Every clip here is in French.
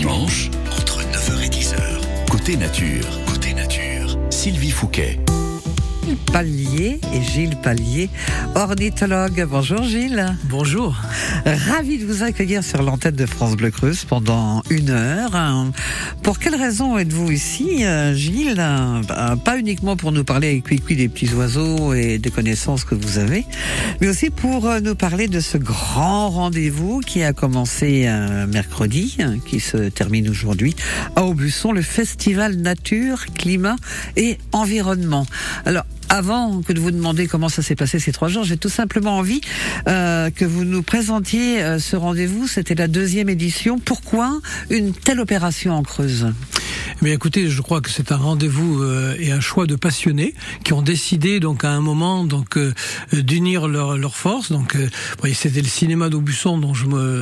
dimanche, entre 9h et 10h. Côté nature, Sylvie Fouquet. Pallier et Gilles Pallier, ornithologue. Bonjour Gilles. Bonjour. Ravi de vous accueillir sur l'antenne de France Bleu Creuse pendant 1 heure. Pour quelle raison êtes-vous ici, Gilles? Pas uniquement pour nous parler avec Cuicui des petits oiseaux et des connaissances que vous avez, mais aussi pour nous parler de ce grand rendez-vous qui a commencé mercredi, qui se termine aujourd'hui à Aubusson, le Festival Nature, Climat et Environnement. Alors, avant que de vous demander comment ça s'est passé ces 3 jours, j'ai tout simplement envie que vous nous présentiez ce rendez-vous. C'était la 2e édition. Pourquoi une telle opération en Creuse ? Mais écoutez, je crois que c'est un rendez-vous et un choix de passionnés qui ont décidé donc à un moment donc d'unir leurs forces. Donc c'était le cinéma d'Aubusson dont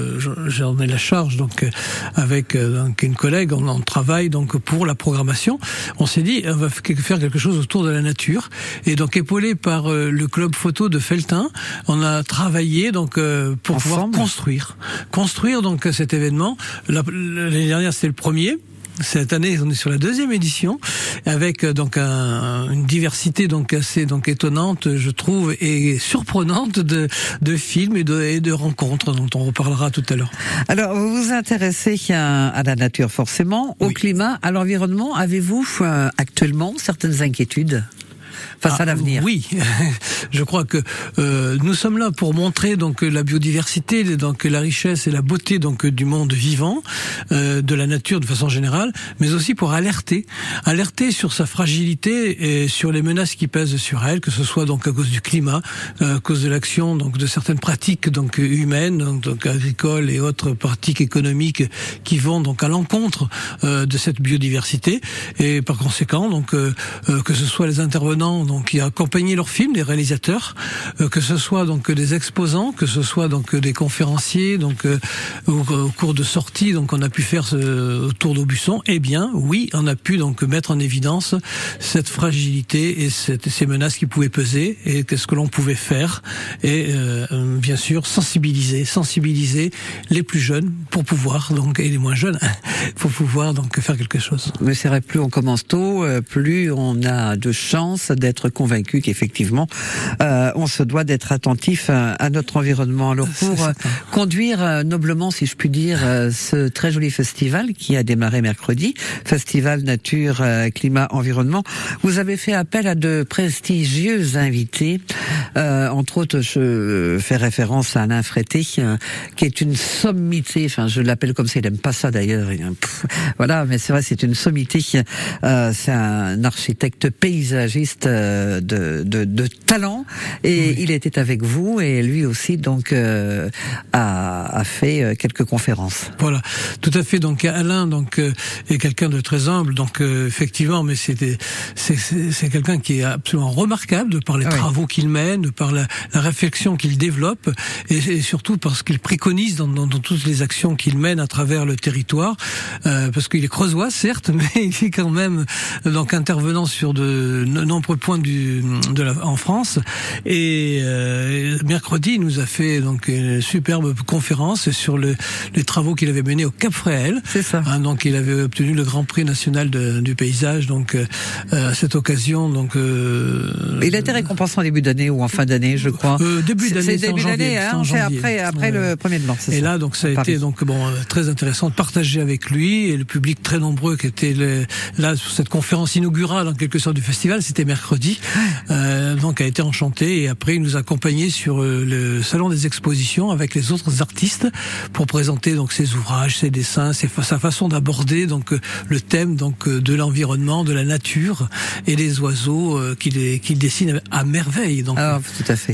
j'en ai la charge donc avec donc une collègue. On travaille donc pour la programmation. On s'est dit on va faire quelque chose autour de la nature et donc épaulé par le club photo de Felletin, on a travaillé donc pour pouvoir construire donc cet événement. L'année dernière c'était le premier. Cette année, on est sur la 2e édition, avec donc une diversité donc assez donc étonnante, je trouve, et surprenante de films et de rencontres dont on reparlera tout à l'heure. Alors, vous vous intéressez à la nature forcément, au climat, à l'environnement. Avez-vous actuellement certaines inquiétudes face à l'avenir? Oui, je crois que nous sommes là pour montrer donc la biodiversité, donc la richesse et la beauté donc du monde vivant, de la nature de façon générale, mais aussi pour alerter sur sa fragilité et sur les menaces qui pèsent sur elle, que ce soit donc à cause du climat, à cause de l'action donc de certaines pratiques donc humaines, donc agricoles et autres pratiques économiques qui vont donc à l'encontre de cette biodiversité, et par conséquent donc que ce soit les intervenants donc qui accompagnaient leurs films, des réalisateurs, que ce soit donc des exposants, que ce soit donc des conférenciers, donc au cours de sorties donc on a pu faire autour d'Aubusson. Eh bien, oui, on a pu donc mettre en évidence cette fragilité et ces menaces qui pouvaient peser et qu'est-ce que l'on pouvait faire et bien sûr sensibiliser les plus jeunes pour pouvoir donc et les moins jeunes pour pouvoir donc faire quelque chose. Mais c'est vrai, plus on commence tôt, plus on a de chances d'être convaincu qu'effectivement on se doit d'être attentif à notre environnement. Alors pour conduire noblement, si je puis dire, ce très joli festival qui a démarré mercredi, Festival Nature, Climat, Environnement, vous avez fait appel à de prestigieux invités. Entre autres, je fais référence à Alain Frété, qui est une sommité, enfin je l'appelle comme ça, il n'aime pas ça d'ailleurs, voilà, mais c'est vrai, c'est une sommité, c'est un architecte paysagiste de talent, et il était avec vous, et lui aussi donc a fait quelques conférences. Voilà, tout à fait. Donc Alain donc est quelqu'un de très humble, donc effectivement, mais c'est quelqu'un qui est absolument remarquable de par les travaux qu'il mène, de par la réflexion qu'il développe, et surtout parce qu'il préconise dans toutes les actions qu'il mène à travers le territoire, parce qu'il est creusois certes, mais il est quand même donc intervenant sur de nombreux points en France. Et mercredi, il nous a fait donc une superbe conférence sur les travaux qu'il avait menés au Cap Fréhel. C'est ça. Donc il avait obtenu le Grand Prix national du paysage. Donc à cette occasion, donc il a été récompensé en début d'année ou en fin d'année, je crois. Début d'année, c'est début d'année, c'est après le 1er de mars. Et là, donc ça a été donc très intéressant de partager avec lui et le public très nombreux qui était là sur cette conférence inaugurale en quelque sorte du festival. C'était mercredi, donc a été enchanté, et après il nous a accompagnés sur le salon des expositions avec les autres artistes pour présenter donc ses ouvrages, ses dessins, sa façon d'aborder donc le thème donc de l'environnement, de la nature et des oiseaux qu'il dessine à merveille. Donc. Alors, tout à fait.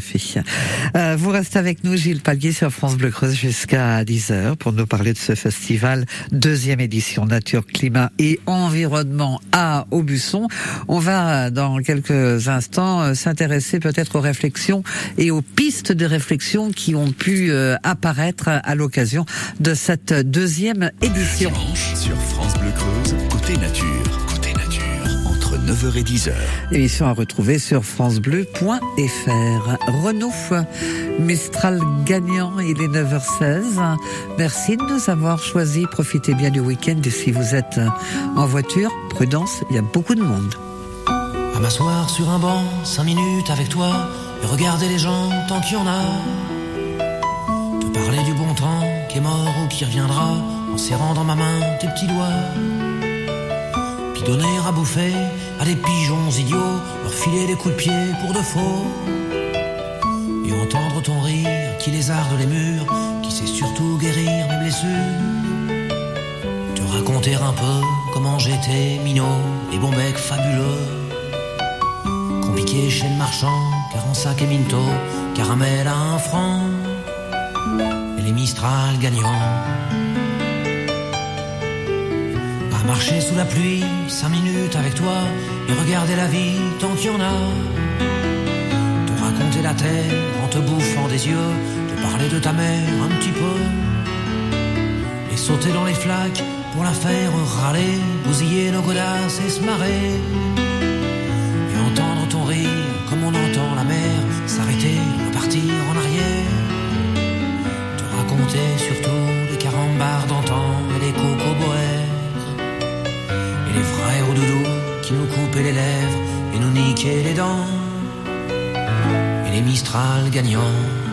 Vous restez avec nous, Gilles Pallier, sur France Bleu Creuse jusqu'à 10h pour nous parler de ce festival, 2e édition Nature, Climat et Environnement à Aubusson. On va dans quelques instants s'intéresser peut-être aux réflexions et aux pistes de réflexion qui ont pu apparaître à l'occasion de cette 2e édition. Dimanche sur France Bleu Creuse, côté nature, entre entre 9h et 10h. Émission à retrouver sur francebleu.fr. Renaud, Mistral gagnant, il est 9h16. Merci de nous avoir choisis. Profitez bien du week-end et si vous êtes en voiture, prudence, il y a beaucoup de monde. À m'asseoir sur un banc, 5 minutes avec toi, et regarder les gens tant qu'il y en a. Te parler du bon temps qui est mort ou qui reviendra, en serrant dans ma main tes petits doigts. Puis donner à bouffer à des pigeons idiots, leur filer des coups de pied pour de faux. Et entendre ton rire qui lézarde les murs, qui sait surtout guérir mes blessures. Te raconter un peu comment j'étais minot, les bons becs fabuleux. Compliqué chez le marchand, car en sac et minto, caramel à 1 franc, et les Mistral gagnants. À marcher sous la pluie, 5 minutes avec toi, et regarder la vie tant qu'il y en a. Te raconter la terre en te bouffant des yeux, te parler de ta mère un petit peu, et sauter dans les flaques pour la faire râler, bousiller nos godasses et se marrer. Entendre ton rire comme on entend la mer s'arrêter, repartir en arrière. Te raconter surtout les carambars d'antan et les cocoboères, et les frères au doudou qui nous coupaient les lèvres et nous niquaient les dents, et les Mistral gagnants.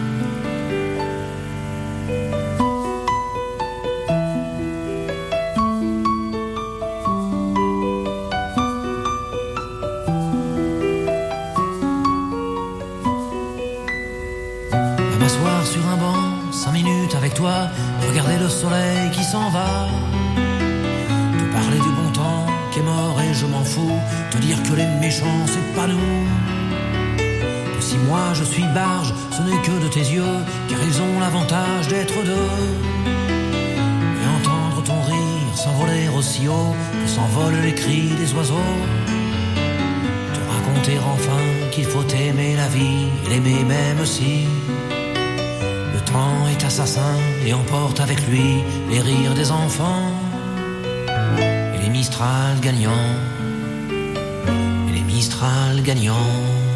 M'asseoir sur un banc, 5 minutes avec toi, et regarder le soleil qui s'en va. Te parler du bon temps qui est mort et je m'en fous, te dire que les méchants c'est pas nous. Que si moi je suis barge, ce n'est que de tes yeux, car ils ont l'avantage d'être deux. Et entendre ton rire s'envoler aussi haut que s'envolent les cris des oiseaux. Te raconter enfin qu'il faut aimer la vie et l'aimer même si le temps est assassin et emporte avec lui les rires des enfants, et les Mistral gagnants, et les Mistral gagnants.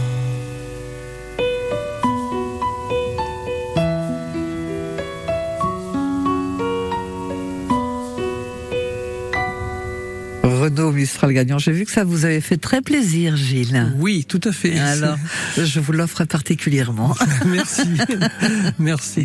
Renaud, Mistral gagnant. J'ai vu que ça vous avait fait très plaisir, Gilles. Oui, tout à fait. Alors, je vous l'offre particulièrement. Merci. Merci.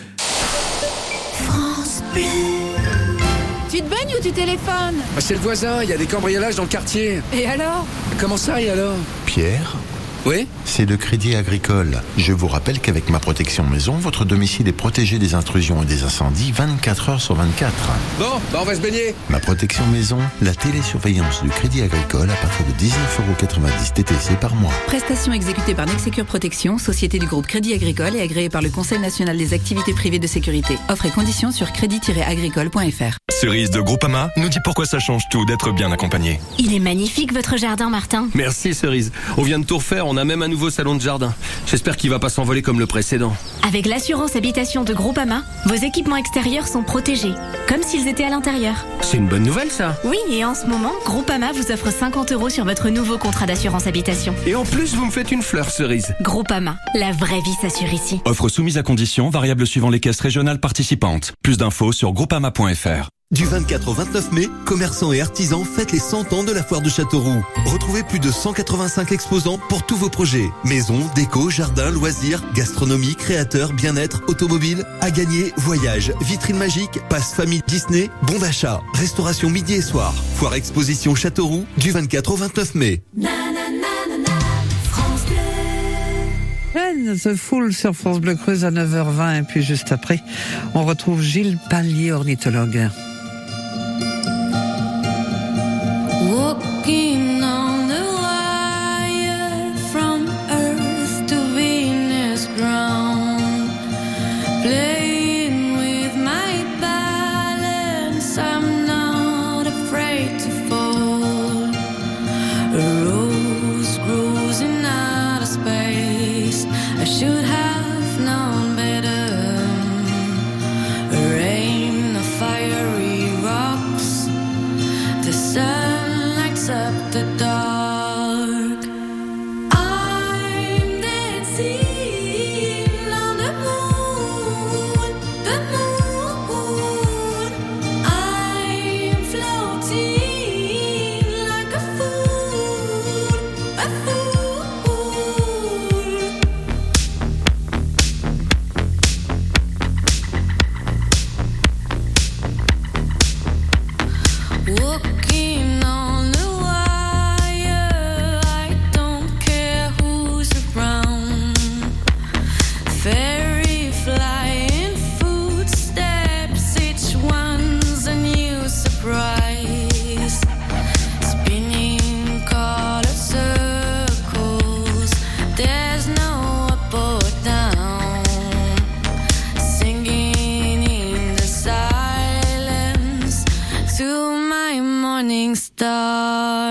France Bleu. Tu te baignes ou tu téléphones? C'est le voisin, il y a des cambriolages dans le quartier. Et alors? Comment ça, et alors? Pierre ? Oui? C'est le Crédit Agricole. Je vous rappelle qu'avec ma protection maison, votre domicile est protégé des intrusions et des incendies 24 heures sur 24. Bon, on va se baigner. Ma protection maison, la télésurveillance du Crédit Agricole à partir de 19,90 € TTC par mois. Prestation exécutée par Nexecure Protection, société du groupe Crédit Agricole et agréée par le Conseil national des activités privées de sécurité. Offres et conditions sur crédit-agricole.fr. Cerise de Groupama nous dit pourquoi ça change tout d'être bien accompagné. Il est magnifique votre jardin, Martin. Merci Cerise. On vient de tout refaire, on a même un nouveau salon de jardin. J'espère qu'il va pas s'envoler comme le précédent. Avec l'assurance habitation de Groupama, vos équipements extérieurs sont protégés, comme s'ils étaient à l'intérieur. C'est une bonne nouvelle ça. Oui, et en ce moment, Groupama vous offre 50 € sur votre nouveau contrat d'assurance habitation. Et en plus, vous me faites une fleur, Cerise. Groupama, la vraie vie s'assure ici. Offre soumise à conditions, variable suivant les caisses régionales participantes. Plus d'infos sur groupama.fr. Du 24 au 29 mai, commerçants et artisans fêtent les 100 ans de la foire de Châteauroux. Retrouvez plus de 185 exposants pour tous vos projets. Maison, déco, jardin, loisirs, gastronomie, créateurs, bien-être, automobile. À gagner, voyages, vitrines magiques, passe famille Disney, bons d'achat, restauration midi et soir. Foire exposition Châteauroux du 24 au 29 mai. The Fool sur France Bleu Creuse à 9h20 et puis juste après, on retrouve Gilles Pallier, ornithologue. Walking on the wire from Earth to Venus ground, playing with my balance, I'm not afraid to fall. A rose grows in outer space, I should have known better. A rain of fiery rocks, the sun lights up the dark. Walking on the wire, I don't care who's around. Fairy flying footsteps, each one's a new surprise. Spinning colored circles, there's no up or down. Singing in the silence to my morning star.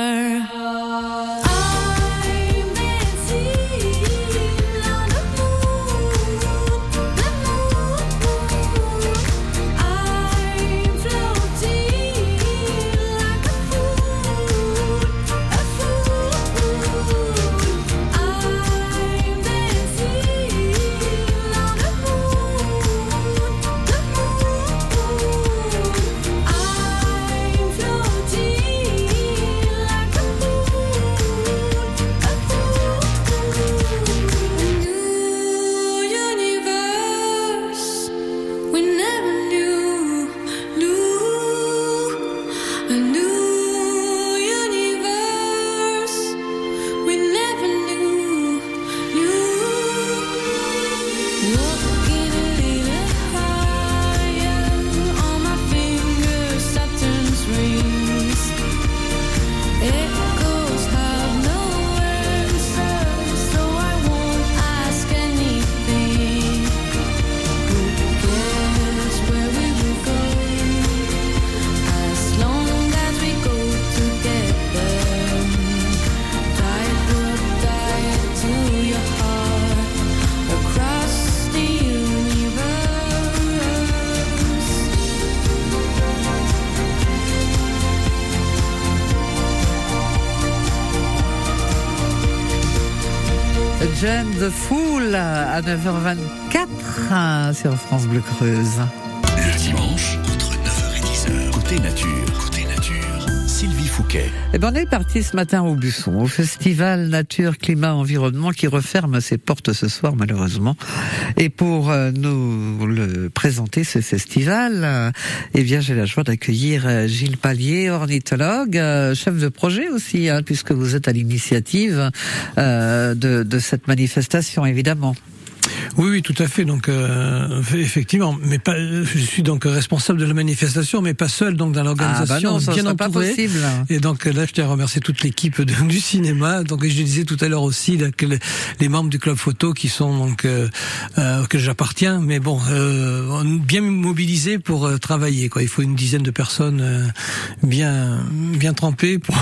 I'm dancing on the moon, the moon. I'm floating like a fool, a fool. I'm dancing on the moon, the moon. I'm floating like a new universe we never knew, a new universe we never knew. Walking a little higher, on my fingers Saturn's rings. Echoes have no answers, so I won't ask anything. Who cares where we will go, as long as we go together? Tide will die to your heart across the universe. Jane the Fool à 9h24 sur France Bleu Creuse. Le dimanche, entre 9h et 10h, côté nature, Sylvie Fouquet. Eh ben, on est parti ce matin au Busson, au festival Nature, Climat, Environnement qui referme ses portes ce soir malheureusement. Et pour nous le présenter ce festival, eh bien j'ai la joie d'accueillir Gilles Pallier, ornithologue, chef de projet aussi, puisque vous êtes à l'initiative de cette manifestation évidemment. Oui, tout à fait. Donc, effectivement, mais pas. Je suis donc responsable de la manifestation, mais pas seul. Donc, dans l'organisation, ça bien serait entouré. pas possible. Et donc là, je tiens à remercier toute l'équipe du cinéma. Donc, je disais tout à l'heure aussi là, que les membres du club photo qui sont donc que j'appartiens, mais bon, bien mobilisés pour travailler. Quoi, il faut une dizaine de personnes bien trempées pour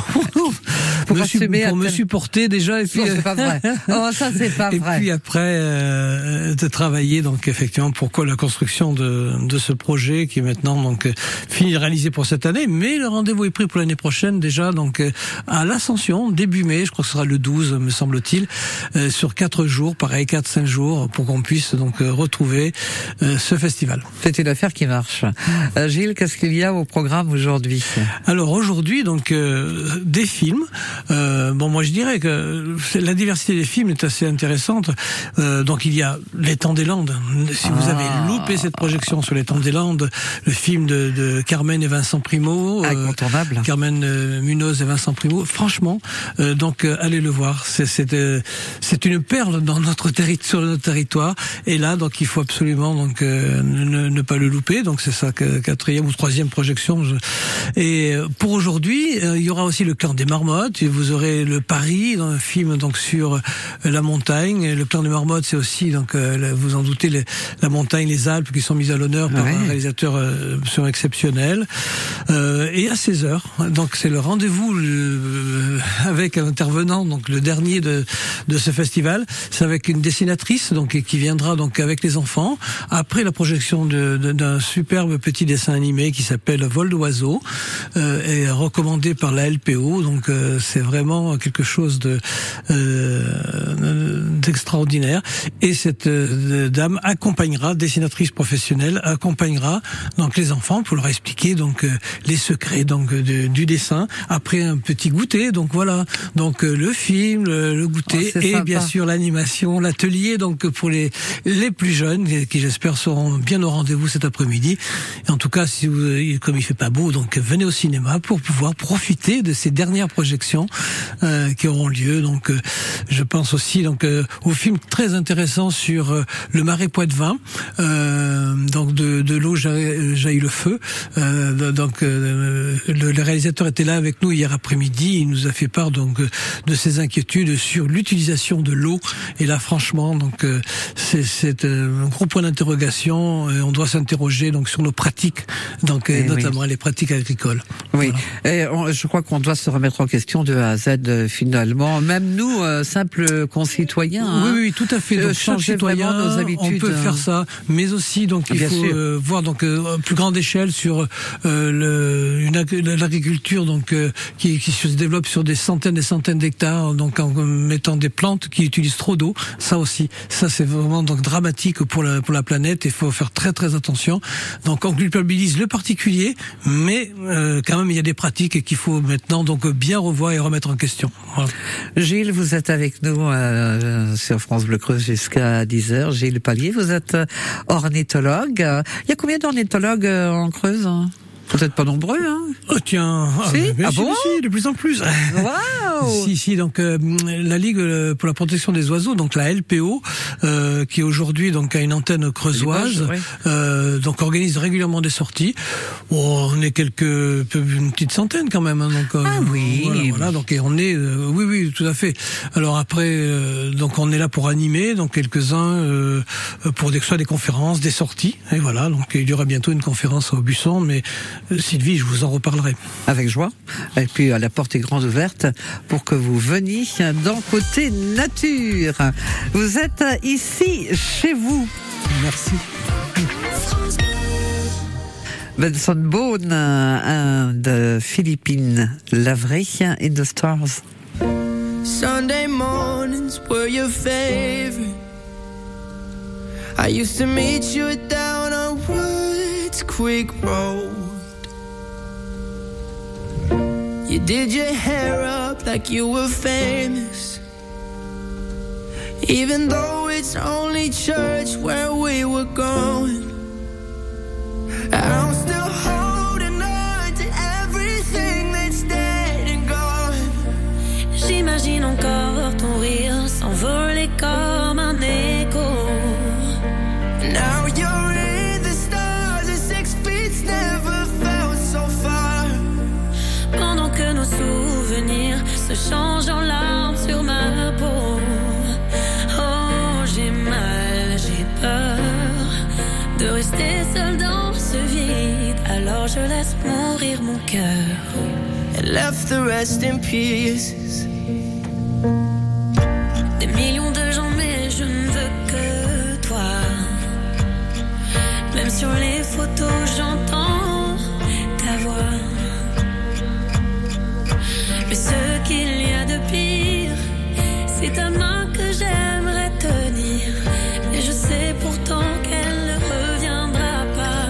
me supporter déjà. Et puis, non, c'est pas vrai. Oh, ça c'est pas vrai. Et puis après. De travailler donc effectivement pour la construction de ce projet qui est maintenant donc fini réalisé pour cette année, mais le rendez-vous est pris pour l'année prochaine déjà donc à l'Ascension début mai, je crois que ce sera le 12 me semble-t-il, sur 4 jours, pareil 4-5 jours pour qu'on puisse donc retrouver ce festival. C'est une affaire qui marche. Gilles, qu'est-ce qu'il y a au programme aujourd'hui? Alors aujourd'hui donc des films. Bon moi je dirais que la diversité des films est assez intéressante. Donc il y a L'étang des Landes. Si vous avez loupé cette projection sur L'étang des Landes, le film de Carmen et Vincent Primo, incontournable. Carmen Munoz et Vincent Primo, franchement, donc allez le voir. C'est une perle dans sur notre territoire. Et là, donc il faut absolument donc ne pas le louper. Donc c'est sa 4e ou 3e projection. Et pour aujourd'hui, il y aura aussi Le Clan des Marmottes. Et vous aurez Le Paris, un film donc sur la montagne. Le Clan des Marmottes, c'est aussi donc vous en doutez la montagne, les Alpes qui sont mises à l'honneur par un réalisateur exceptionnel. Et à 16h, donc c'est le rendez-vous avec un intervenant, donc le dernier de ce festival. C'est avec une dessinatrice donc qui viendra donc avec les enfants après la projection d'un superbe petit dessin animé qui s'appelle Vol d'oiseau, et recommandé par la LPO. Donc c'est vraiment quelque chose d'extraordinaire. Et cette dame accompagnera, dessinatrice professionnelle, accompagnera donc les enfants pour leur expliquer donc les secrets donc du dessin après un petit goûter. Donc voilà, donc le film, le goûter et sympa. Bien sûr l'animation, l'atelier donc pour les plus jeunes qui j'espère seront bien au rendez-vous cet après-midi. Et en tout cas, si vous, comme il fait pas beau, donc venez au cinéma pour pouvoir profiter de ces dernières projections qui auront lieu. Donc je pense aussi donc au film très intéressant sur le marais Poitevin, donc de l'eau jaillit le feu. Donc le réalisateur était là avec nous hier après-midi. Il nous a fait part donc de ses inquiétudes sur l'utilisation de l'eau. Et là, franchement, donc c'est un gros point d'interrogation. On doit s'interroger donc sur nos pratiques, donc notamment les pratiques agricoles. Oui. Voilà. Et je crois qu'on doit se remettre en question de A à Z finalement. Même nous, simples concitoyens. Oui, tout à fait. Donc chaque citoyen, nos habitudes, on peut faire ça, mais aussi donc il faut voir donc à plus grande échelle sur l'agriculture donc qui se développe sur des centaines et centaines d'hectares, donc en mettant des plantes qui utilisent trop d'eau. Ça aussi, ça c'est vraiment donc dramatique pour la planète. Il faut faire très très attention. Donc on culpabilise le particulier, mais quand même il y a des pratiques qu'il faut maintenant donc bien revoir et remettre en question. Voilà. Gilles, vous êtes avec nous sur France Bleu Creuse jusqu'à 10h. Gilles Pallier, vous êtes ornithologue. Il y a combien d'ornithologues en Creuse ? Peut-être pas nombreux, hein. Oh tiens, si bon si, de plus en plus. Waouh. Si, donc la Ligue pour la protection des oiseaux, donc la LPO, qui aujourd'hui donc a une antenne creusoise, donc organise régulièrement des sorties. Oh, on est une petite centaine quand même, hein, donc. Voilà, donc et on est, oui, tout à fait. Alors après, donc on est là pour animer, donc quelques-uns pour soit des conférences, des sorties, et voilà. Donc il y aura bientôt une conférence au Buisson, mais Sylvie, je vous en reparlerai. Avec joie. Et puis la porte est grande ouverte pour que vous veniez dans Côté Nature. Vous êtes ici, chez vous. Merci. Benson Boone de Philippines, La Vraie in the Stars. Sunday mornings were your favorite. I used to meet you down on Woods Creek Road. You did your hair up like you were famous, even though it's only church where we were going. I'm still holding on to everything that's dead and gone. J'imagine encore ton rire s'envoler comme un écho. Now you're in the stars and 6 feet's never felt so far. Pendant que nos souvenirs se changent en larmes sur ma peau. Oh, j'ai mal, j'ai peur de rester seule dans ce vide. Alors je laisse mourir mon cœur. And left the rest in pieces. Des millions de gens, mais je ne veux que toi. Même sur les photos, j'entends ta voix. Mais ce qu'il y a de pire, c'est ta main que j'aimerais tenir. Et je sais pourtant qu'elle ne reviendra pas.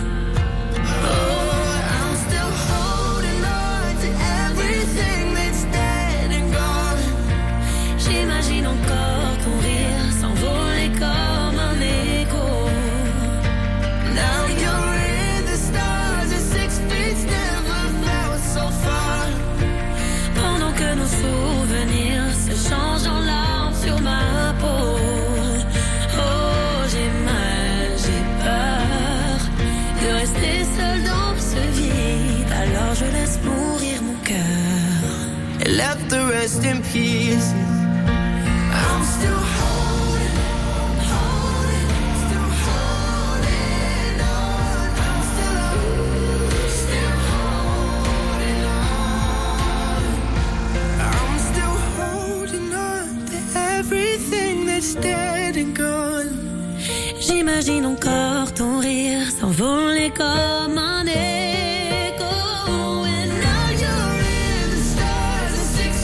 Oh, I'm still holding on to everything that's dead and gone. J'imagine encore ton rire s'envoler comme un écho. Now you're in the stars and 6 feet's never felt so far. Pendant que nos souvenirs se changent en larmes sur ma peau. Oh, j'ai mal, j'ai peur de rester seule dans ce vide. Alors je laisse mourir mon cœur. And left the rest in pieces. I'm still holding on, still holding on. I'm still holding on. I'm still holding on to everything that's dead and gone. J'imagine encore ton rire s'envoler comme un écho. And now you're in the stars and 6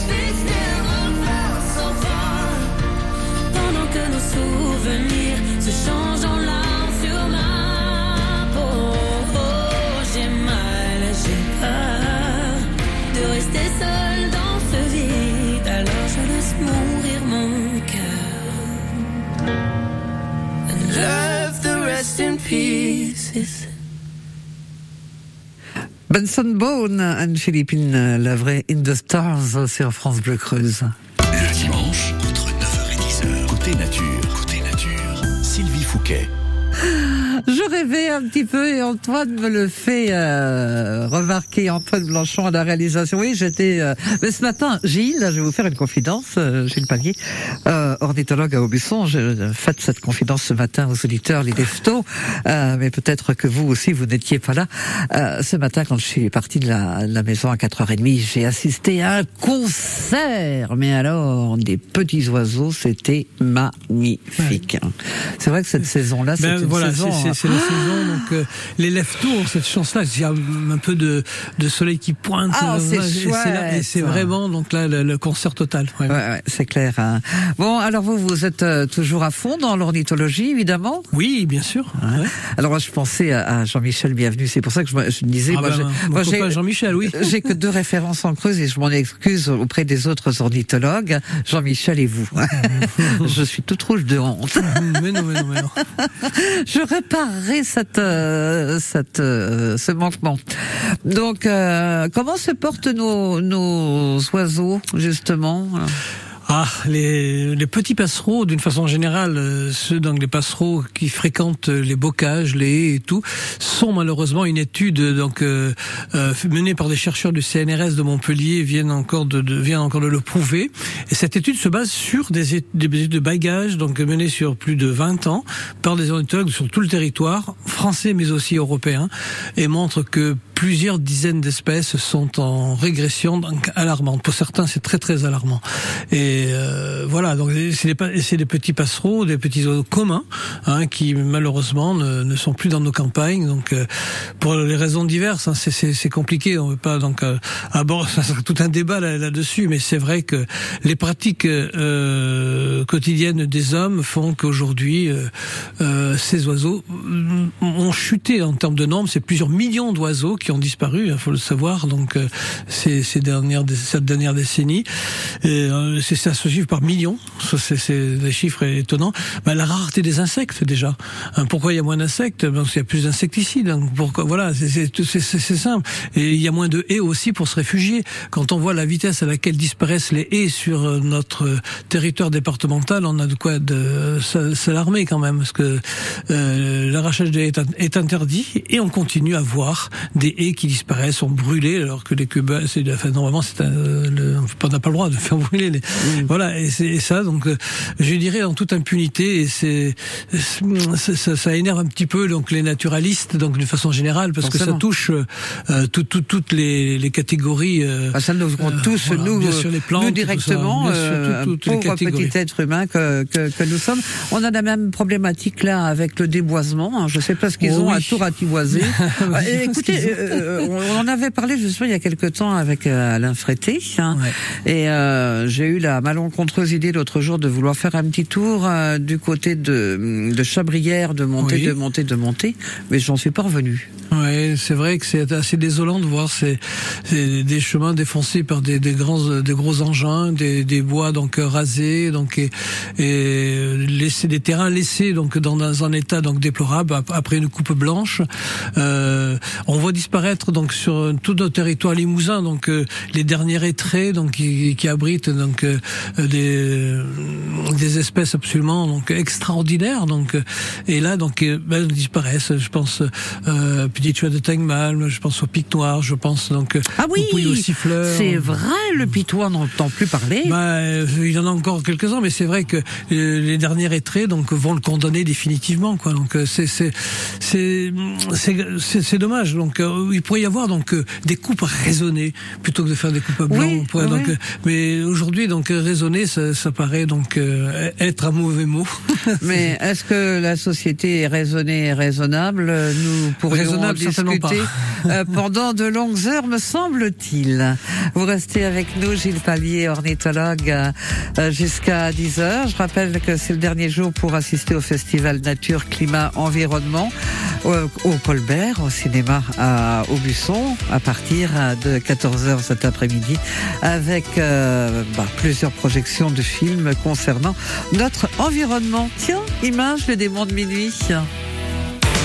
in pieces. Benson Boone, Anne-Philippine Lavray, In the Stars sur France Bleu Creuse. Le dimanche, entre 9h et 10h, côté nature, Sylvie Fouquet. Je rêvais un petit peu et Antoine me le fait remarquer, Antoine Blanchon à la réalisation. Oui, j'étais... mais ce matin, Gilles, je vais vous faire une confidence, Gilles Pallier, ornithologue à Aubusson. Je fais cette confidence ce matin aux auditeurs, les leftos, mais peut-être que vous aussi, vous n'étiez pas là. Ce matin, quand je suis parti de la maison à 4h30, j'ai assisté à un concert. Mais alors, des petits oiseaux, c'était magnifique. Ouais. C'est vrai que cette saison-là, c'est une saison... C'est la saison, donc les lève-tours, cette chance-là, il y a un peu de soleil qui pointe. C'est chouette. Et c'est vraiment donc là le concert total. Ouais, c'est clair. Hein. Bon, alors vous êtes toujours à fond dans l'ornithologie, évidemment. Oui, bien sûr. Ouais. Alors je pensais à Jean-Michel Bienvenu. C'est pour ça que je disais, moi j'ai Jean-Michel, oui. J'ai que 2 références en Creuse et je m'en excuse auprès des autres ornithologues. Jean-Michel et vous. Je suis toute rouge de honte. Mais non. Je réparerai ce manquement. Donc, comment se portent nos oiseaux, justement ? Les petits passereaux, d'une façon générale, les passereaux qui fréquentent les bocages, les haies et tout, sont malheureusement une étude menée par des chercheurs du CNRS de Montpellier viennent encore de le prouver. Et cette étude se base sur des études de bagage, donc menées sur plus de 20 ans par des ornithologues sur tout le territoire, français mais aussi européen, et montre que plusieurs dizaines d'espèces sont en régression donc alarmante. Pour certains, c'est très très alarmant. Et voilà, donc c'est des petits passereaux, des petits oiseaux communs, qui malheureusement ne sont plus dans nos campagnes. Donc pour les raisons diverses, c'est compliqué. On veut pas donc aborder, ça sera tout un débat là-dessus. Mais c'est vrai que les pratiques quotidiennes des hommes font qu'aujourd'hui ces oiseaux ont chuté en termes de nombre. C'est plusieurs millions d'oiseaux qui ont disparu, il faut le savoir. Donc cette dernière décennie, ça se chiffre par millions. C'est des chiffres étonnants. La rareté des insectes déjà. Pourquoi il y a moins d'insectes ? Parce qu'il y a plus d'insecticides. Donc pourquoi ? Voilà, c'est simple. Et il y a moins de haies aussi pour se réfugier. Quand on voit la vitesse à laquelle disparaissent les haies sur notre territoire départemental, on a de quoi s'alarmer quand même, parce que l'arrachage des haies est interdit et on continue à voir des haies qui disparaissent, sont brûlées, alors que les cubains, normalement on n'a pas le droit de faire brûler les. Voilà, et ça, donc je dirais en toute impunité, et ça énerve un petit peu donc les naturalistes, donc de façon générale, parce que ça touche toutes les catégories. Ça nous touche nous sur les plantes, nous directement, pauvres petits êtres humains que nous sommes. On a la même problématique là avec le déboisement. Je ne sais pas ce qu'ils ont à tout ratiboiser. Écoutez, on en avait parlé justement il y a quelque temps avec Alain Frété, et j'ai eu la malencontreuse idée l'autre jour de vouloir faire un petit tour du côté de Chabrières, de monter, mais j'en suis pas revenu. Oui, c'est vrai que c'est assez désolant de voir des chemins défoncés par des gros engins, des bois donc rasés, donc et des terrains laissés donc dans un état donc déplorable après une coupe blanche. On voit disparaître donc sur tout notre territoire limousin donc les derniers hêtraies donc qui abritent donc des espèces absolument donc extraordinaires donc et là donc elles disparaissent. Je pense Petite chouette de Tengmal, je pense au pic noir, je pense donc au siffleur. C'est vrai, le pitois, on n'entend plus parler. Il y en a encore quelques-uns, mais c'est vrai que les derniers hêtraies donc vont le condamner définitivement, quoi. Donc c'est dommage. Donc il pourrait y avoir donc des coupes raisonnées plutôt que de faire des coupes blancs. Mais aujourd'hui donc raisonner, ça paraît donc être un mauvais mot. Mais est-ce que la société est raisonnée et raisonnable ? Nous pourrions en discuter pendant de longues heures, me semble-t-il. Vous restez avec nous, Gilles Pallier, ornithologue, jusqu'à 10h. Je rappelle que c'est le dernier jour pour assister au festival Nature, Climat, Environnement au Colbert, au cinéma à Aubusson, à partir de 14h cet après-midi, avec plusieurs projections de films concernant notre environnement. Tiens, image le démon de minuit.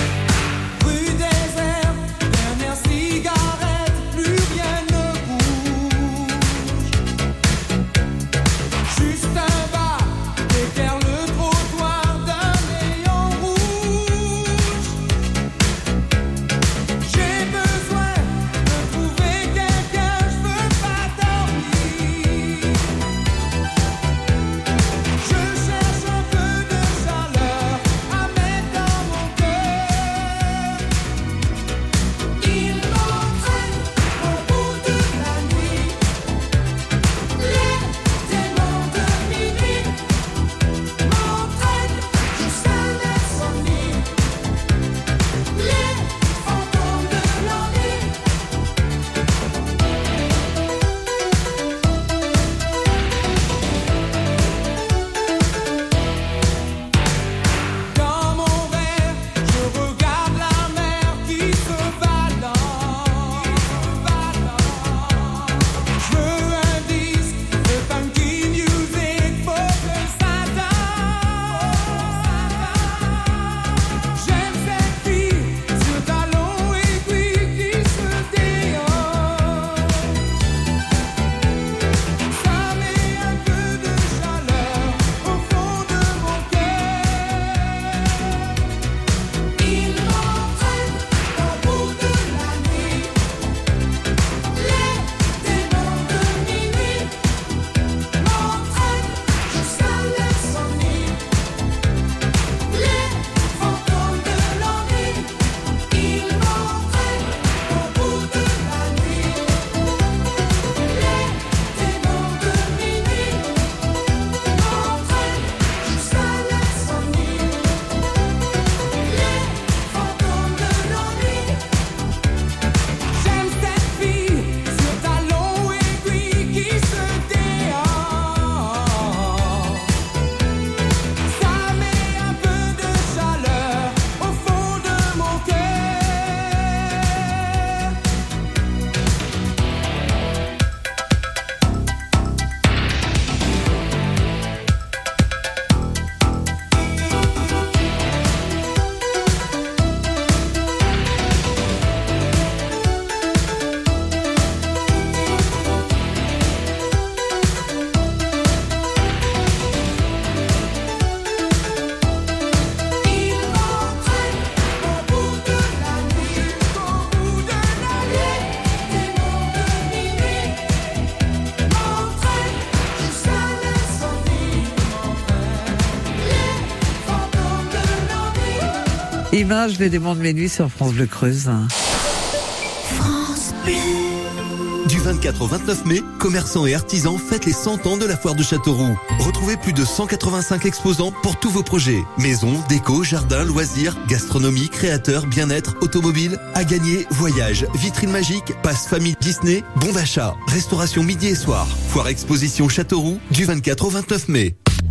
Images des démons de minuit sur France Bleu Creuse. France Bleu. Du 24 au 29 mai, commerçants et artisans fêtent les 100 ans de la foire de Châteauroux. Retrouvez plus de 185 exposants pour tous vos projets. Maisons, déco, jardins, loisirs, gastronomie, créateurs, bien-être, automobile. À gagner, voyages, vitrines magiques, passe famille Disney, bon d'achat, restauration midi et soir. Foire exposition Châteauroux du 24 au 29 mai.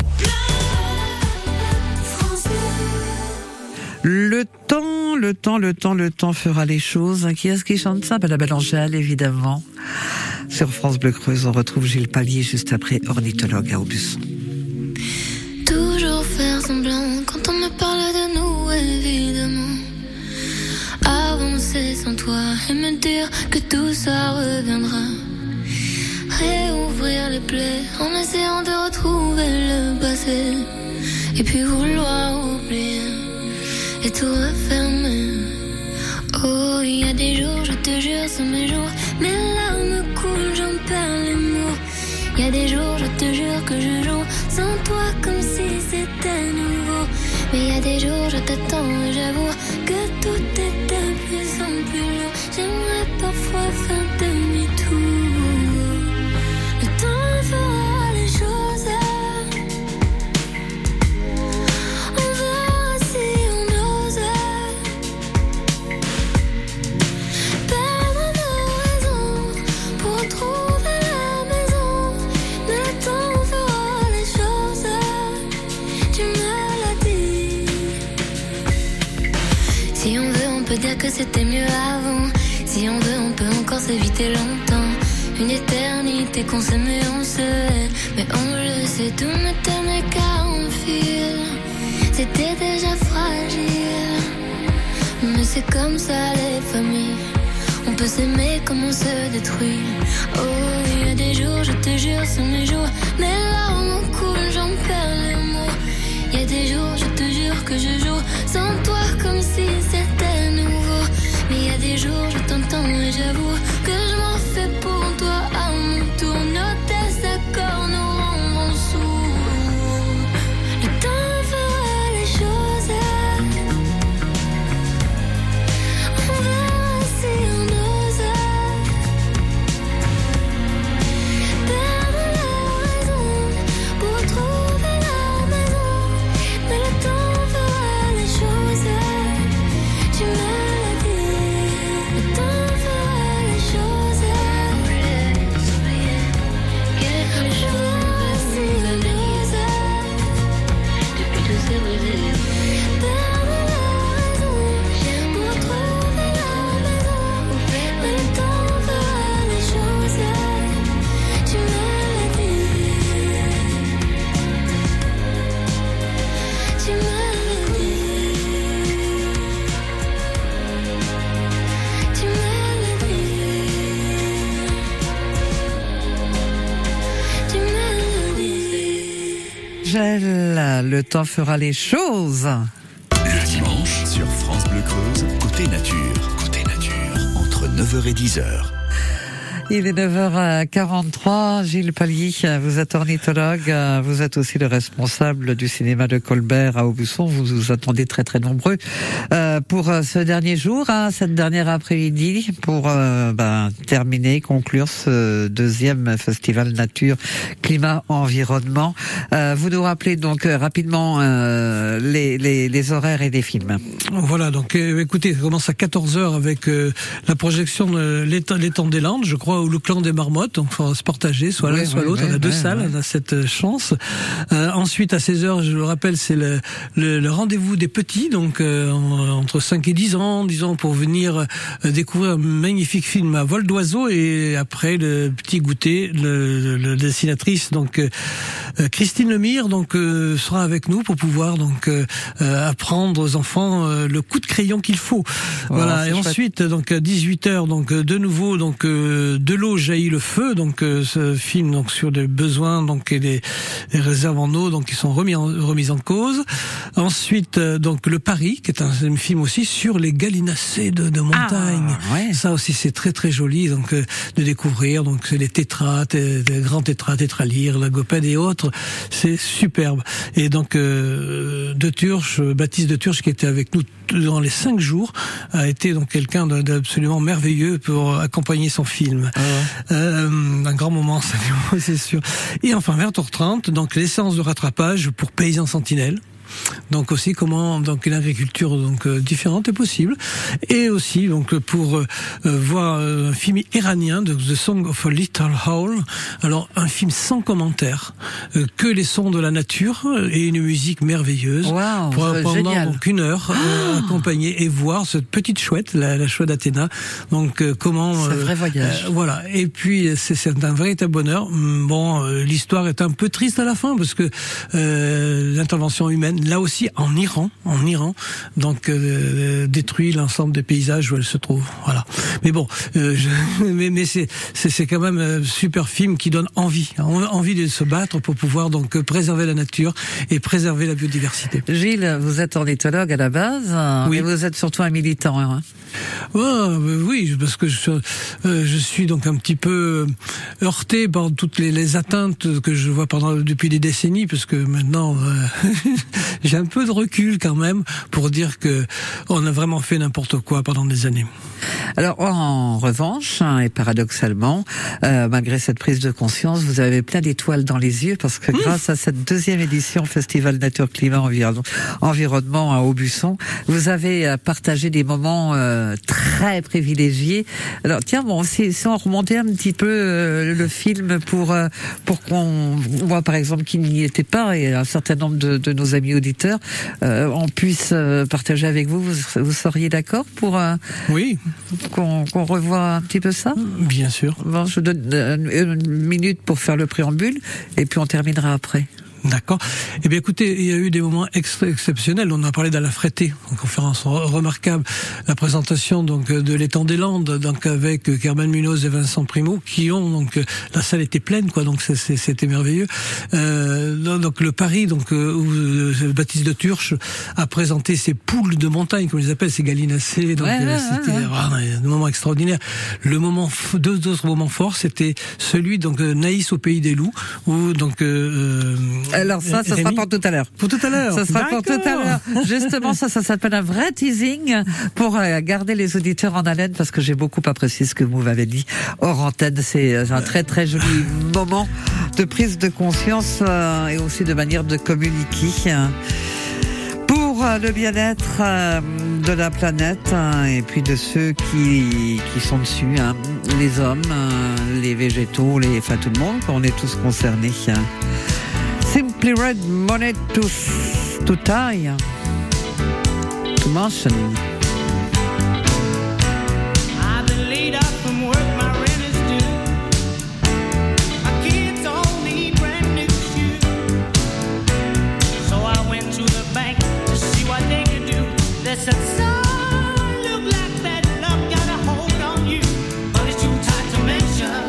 Le temps fera les choses. Qui est-ce qui chante ça? La Belle Angèle, évidemment. Sur France Bleu Creuse, on retrouve Gilles Pallier juste après Ornithologue à Aubusson. Toujours faire semblant quand on me parle de nous, évidemment. Avancer sans toi et me dire que tout ça reviendra. Réouvrir les plaies en essayant de retrouver le passé. Et puis vouloir oublier et tout refermer. Oh, il y a des jours, je te jure, c'est mes jours. Mes larmes coulent, j'en perds les mots. Il y a des jours, je te jure que je joue sans toi comme si c'était nouveau. Mais il y a des jours, je t'attends et j'avoue que tout est de plus en plus lourd. J'aimerais parfois faire demi-tour. Le temps fera les choses. Dire que c'était mieux avant. Si on veut, on peut encore s'éviter longtemps. Une éternité qu'on s'aime et on se hait. Mais on le sait, tout ne tenait qu'à un fil. C'était déjà fragile. Mais c'est comme ça les familles. On peut s'aimer comme on se détruit. Oh, il y a des jours, je te jure, c'est mes jours. Mes larmes coulent, j'en perds les mots. Il y a des jours, je te jure que je joue sans toi comme si c'était nouveau. Mais il y a des jours, je t'entends et j'avoue que je m'en fais pour toi à mon tour. Nos désaccords nous rendront sourds. Le temps fera les choses. On verra si on ose perdre la raison pour trouver la maison. Mais le temps fera les choses. Tu me l'as dit. Le temps fera les choses. Je vois si on ose depuis tous ces brisés. Perdre la raison pour trouver la maison. Mais le temps fera les choses. Tu me l'as dit. Tu me l'as dit. Tu me l'as dit. Tu me l'as dit. Gel, le temps fera les choses. Le dimanche, sur France Bleu Creuse, côté nature. Côté nature, entre 9h et 10h. Il est 9h43. Gilles Pallier, vous êtes ornithologue, vous êtes aussi le responsable du cinéma de Colbert à Aubusson. Vous nous attendez très très nombreux pour ce dernier jour, cette dernière après-midi, pour terminer, conclure ce deuxième festival nature, climat, environnement. Vous nous rappelez donc rapidement les horaires et les films. Voilà, donc écoutez, ça commence à 14h avec la projection de l'étang des Landes, je crois, ou le clan des marmottes, donc il faut se partager, soit l'un, soit l'autre, on a deux salles, on a cette chance. Ensuite, à 16h, je le rappelle, c'est le rendez-vous des petits, donc entre 5 et 10 ans, disons, pour venir découvrir un magnifique film à vol d'oiseau, et après, le petit goûter, le dessinatrice, donc Christine Lemire, donc sera avec nous pour pouvoir donc apprendre aux enfants le coup de crayon qu'il faut. Voilà, et ensuite, donc à 18h, donc de nouveau, donc de l'eau jaillit le feu, donc ce film donc sur les besoins donc et les réserves en eau donc qui sont remises en cause. Ensuite donc le Paris, qui est un film aussi sur les gallinacés de montagne. Ça aussi c'est très très joli donc de découvrir, donc c'est les tétras, des grands tétras, tétralyres, lagopèdes et autres. titre, c'est superbe. Et donc Baptiste de Turche, qui était avec nous dans les 5 jours, a été donc quelqu'un d'absolument merveilleux pour accompagner son film. Un grand moment, c'est sûr. Et enfin 20h30, donc les séances de rattrapage pour Paysans Sentinelles. Donc aussi comment donc une agriculture donc différente est possible, et aussi donc pour voir un film iranien de The Song of a Little Owl. Alors un film sans commentaire, que les sons de la nature et une musique merveilleuse. Wow, pendant génial. donc 1 heure accompagner et voir cette petite chouette, la chouette d'Athéna. Donc comment c'est un vrai voyage. Voilà. Et puis c'est un véritable bonheur. Bon, l'histoire est un peu triste à la fin parce que l'intervention humaine, là aussi en Iran, donc détruit l'ensemble des paysages où elle se trouve. Voilà. Mais bon, mais c'est quand même un super film qui donne envie de se battre pour pouvoir donc préserver la nature et préserver la biodiversité. Gilles, vous êtes ornithologue à la base, oui. Et vous êtes surtout un militant. Hein. Oui, parce que je suis donc un petit peu heurté par toutes les atteintes que je vois depuis des décennies, parce que maintenant j'ai un peu de recul quand même pour dire que on a vraiment fait n'importe quoi pendant des années. Alors en revanche, et paradoxalement, malgré cette prise de conscience, vous avez plein d'étoiles dans les yeux, parce que grâce à cette 2e édition Festival Nature Climat Environnement à Aubusson, vous avez partagé des moments très privilégiés. Alors tiens, bon, si on remontait un petit peu le film pour qu'on voit par exemple qu'il n'y était pas, et un certain nombre de nos amis auditeurs, on puisse partager avec vous. Vous seriez d'accord pour oui, qu'on revoie un petit peu ça? Bien sûr. Bon, je vous donne une minute pour faire le préambule, et puis on terminera après. D'accord. Eh bien, écoutez, il y a eu des moments exceptionnels. On a parlé d'Alain Frété, une conférence remarquable. La présentation, donc, de l'étang des Landes, donc, avec Carmen Munoz et Vincent Primo, qui ont, donc, la salle était pleine, quoi, donc, c'était merveilleux. Donc, le Paris, donc, où Baptiste de Turche a présenté ses poules de montagne, comme ils appellent, ces gallinacées, donc, c'était un moment extraordinaire. Deux autres moments forts, c'était celui, donc, Naïs au pays des loups, où, donc, alors ça sera pour tout à l'heure. Pour tout à l'heure. Ça sera pour tout à l'heure. Justement, ça s'appelle un vrai teasing pour garder les auditeurs en haleine, parce que j'ai beaucoup apprécié ce que vous m'avez dit hors antenne. C'est un très très joli moment de prise de conscience et aussi de manière de communiquer pour le bien-être de la planète et puis de ceux qui sont dessus, les hommes, les végétaux, enfin tout le monde, on est tous concernés. Simply Red, money to tie, to mention. I've been laid up from work, my rent is due. My kids all need brand new shoes. So I went to the bank to see what they could do. They said, son, look like that luck got a hold on you, but it's too tight to mention.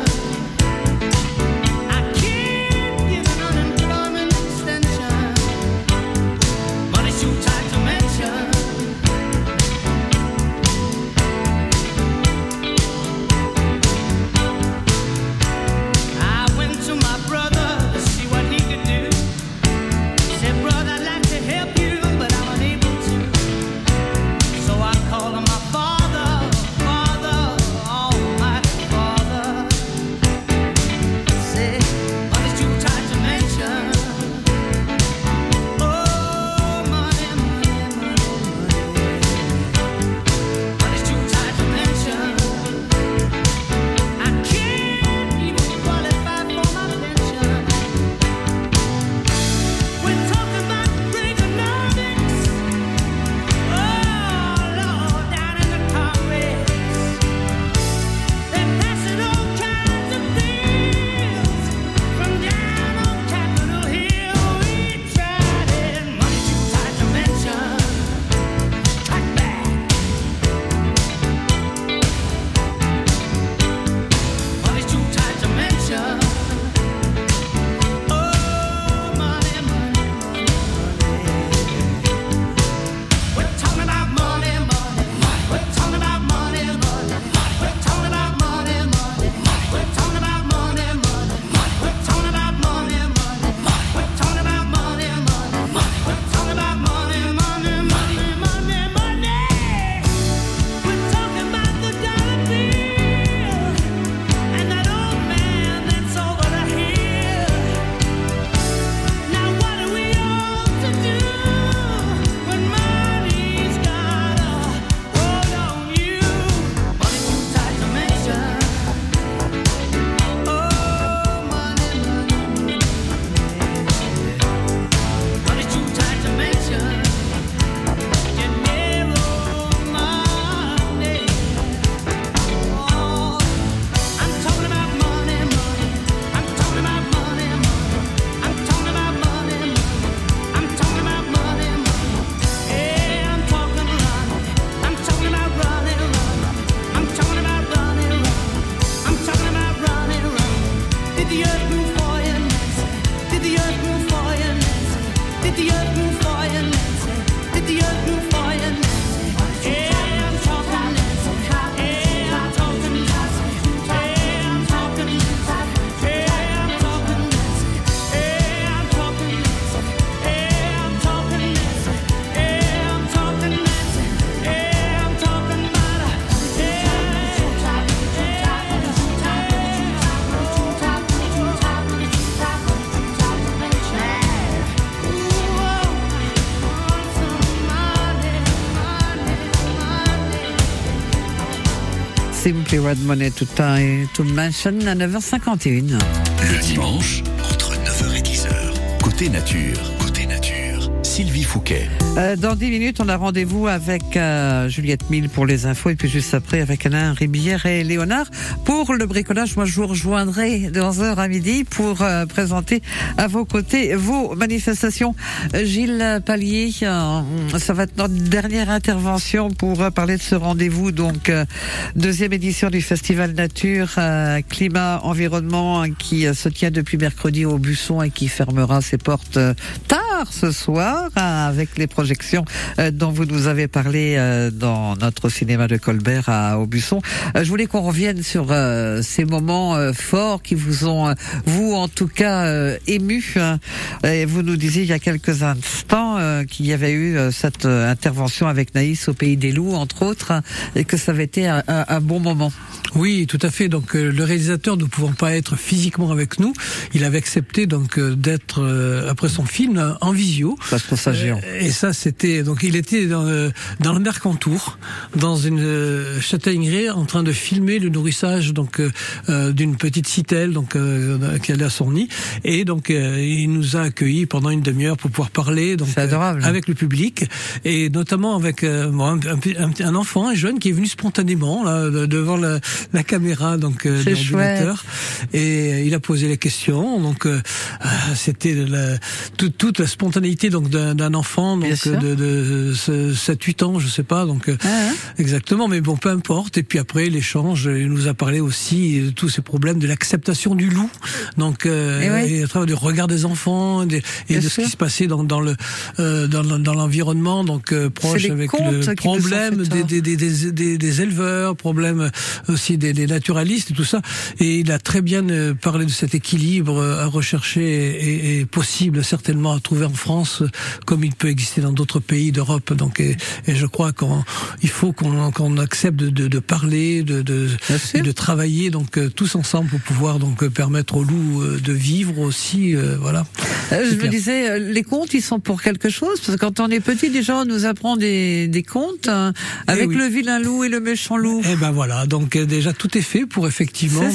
Simply Red Money to Mention à 9h51. Le dimanche, entre 9h et 10h. Côté nature, Sylvie Fouquet. Dans 10 minutes, on a rendez-vous avec Juliette Mille pour les infos et puis juste après avec Alain Ribière et Léonard pour le bricolage. Moi, je vous rejoindrai de 11h à midi pour présenter à vos côtés vos manifestations. Gilles Pallier, ça va être notre dernière intervention pour parler de ce rendez-vous. Donc, deuxième édition du Festival Nature, Climat, Environnement qui se tient depuis mercredi au Busson et qui fermera ses portes tard ce soir avec les projections dont vous nous avez parlé dans notre cinéma de Colbert à Aubusson. Je voulais qu'on revienne sur ces moments forts qui vous ont, vous en tout cas, ému. Et vous nous disiez il y a quelques instants qu'il y avait eu cette intervention avec Naïs au Pays des Loups, entre autres, et que ça avait été un bon moment. Oui, tout à fait. Donc le réalisateur ne pouvant pas être physiquement avec nous, il avait accepté donc d'être après son film en visio. Ça, je trouve ça géant. Et ça, c'était donc il était dans le Mercantour, dans une châtaignerie, en train de filmer le nourrissage donc d'une petite citelle donc qui allait à son nid. Et donc il nous a accueillis pendant une demi-heure pour pouvoir parler donc avec le public et notamment avec un enfant, un jeune qui est venu spontanément là devant la caméra donc de l'ordinateur et il a posé les questions donc c'était toute la spontanéité donc d'un enfant donc de 7-8 ans je sais pas donc exactement mais bon peu importe et puis après l'échange il nous a parlé aussi de tous ces problèmes de l'acceptation du loup donc et à travers du regard des enfants et de ce qui se passait dans l'environnement donc proche avec le problème des éleveurs problème aussi des naturalistes et tout ça et il a très bien parlé de cet équilibre à rechercher et possible certainement à trouver en France comme il peut exister dans d'autres pays d'Europe donc et je crois qu'il faut qu'on accepte de parler et de travailler donc tous ensemble pour pouvoir donc permettre aux loups de vivre aussi voilà. Je me disais les contes ils sont pour quelque chose parce que quand on est petit déjà on nous apprend des contes avec le vilain loup et le méchant loup. Et ben voilà donc déjà tout est fait pour effectivement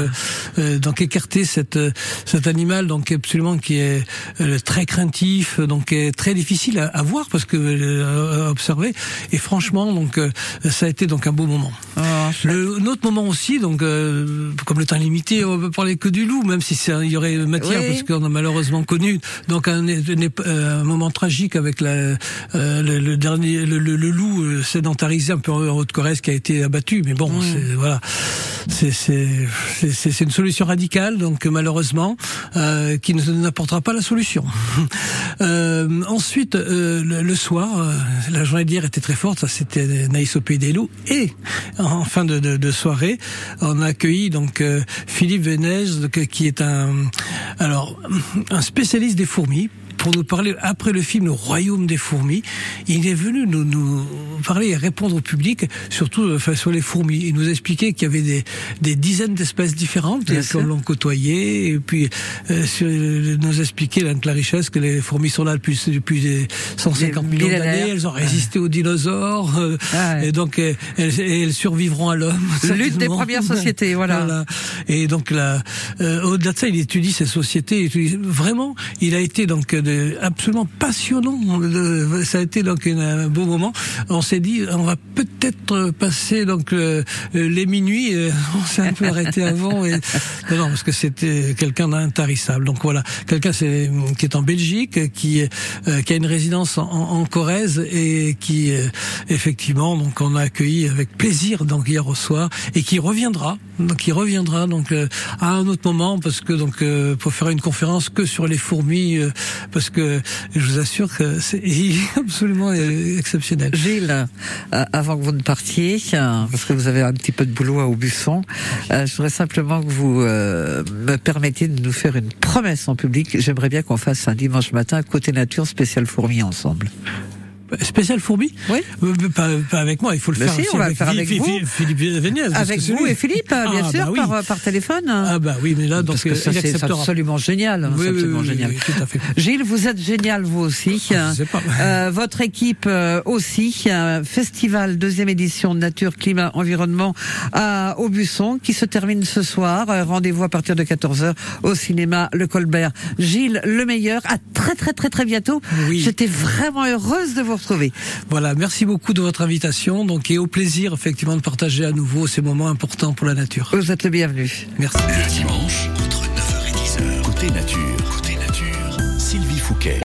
donc écarter cet animal donc absolument qui est très craintif donc est très difficile à voir parce que à observer et franchement donc ça a été donc un beau moment. Notre moment aussi donc comme le temps est limité on peut parler que du loup même si il y aurait matière parce qu'on a malheureusement connu donc un moment tragique avec le dernier le loup sédentarisé un peu en Haute-Corrèze qui a été abattu mais bon c'est une solution radicale donc malheureusement qui n'apportera pas la solution. Ensuite le soir la journée d'hier était très forte ça c'était Naïs au Pays des Loups et en fin de soirée on a accueilli donc Philippe Vénez qui est un spécialiste des fourmis pour nous parler après le film Le Royaume des fourmis. Il est venu nous parler et répondre au public surtout sur les fourmis. Il nous expliquait qu'il y avait des dizaines d'espèces différentes que l'on côtoyait et puis nous expliquait la richesse que les fourmis sont là depuis 150 millions d'années. Elles ont résisté aux dinosaures et donc elles survivront à l'homme. L'une des premières sociétés, voilà. Et donc au-delà de ça, il étudie ces sociétés. Vraiment, il a été donc absolument passionnant. Ça a été donc un beau moment. On s'est dit, on va peut-être passer donc les minuit. On s'est un peu arrêté avant. Non, parce que c'était quelqu'un d'intarissable. Donc voilà, quelqu'un qui est en Belgique, qui a une résidence en Corrèze et qui effectivement donc on a accueilli avec plaisir donc hier au soir et qui reviendra donc à un autre moment parce que donc pour faire une conférence que sur les fourmis parce que je vous assure que c'est absolument exceptionnel. Gilles, avant que vous ne partiez, parce que vous avez un petit peu de boulot à Aubusson, je voudrais simplement que vous me permettiez de nous faire une promesse en public. J'aimerais bien qu'on fasse un dimanche matin côté nature spécial fourmis ensemble. Spécial fourbi? Oui. Pas avec moi, il faut le Mais faire si, aussi on va avec le faire avec vous. Philippe Véniez. Avec vous et Philippe, bien sûr, oui. par téléphone. Ah bah oui, mais là, donc parce que ça, il c'est acceptera. absolument génial. Oui, c'est absolument oui, génial. oui, tout à fait. Gilles, vous êtes génial, vous aussi. Je sais pas. Votre équipe aussi. Festival, 2e édition de Nature, Climat, Environnement à Aubusson, qui se termine ce soir. Rendez-vous à partir de 14h au cinéma Le Colbert. Gilles, le meilleur. À très bientôt. Oui. J'étais vraiment heureuse de vous retrouver. Voilà, merci beaucoup de votre invitation. Donc, et au plaisir, effectivement, de partager à nouveau ces moments importants pour la nature. Vous êtes le bienvenu. Merci. Le dimanche, entre 9h et 10h, côté nature, Sylvie Fouquet.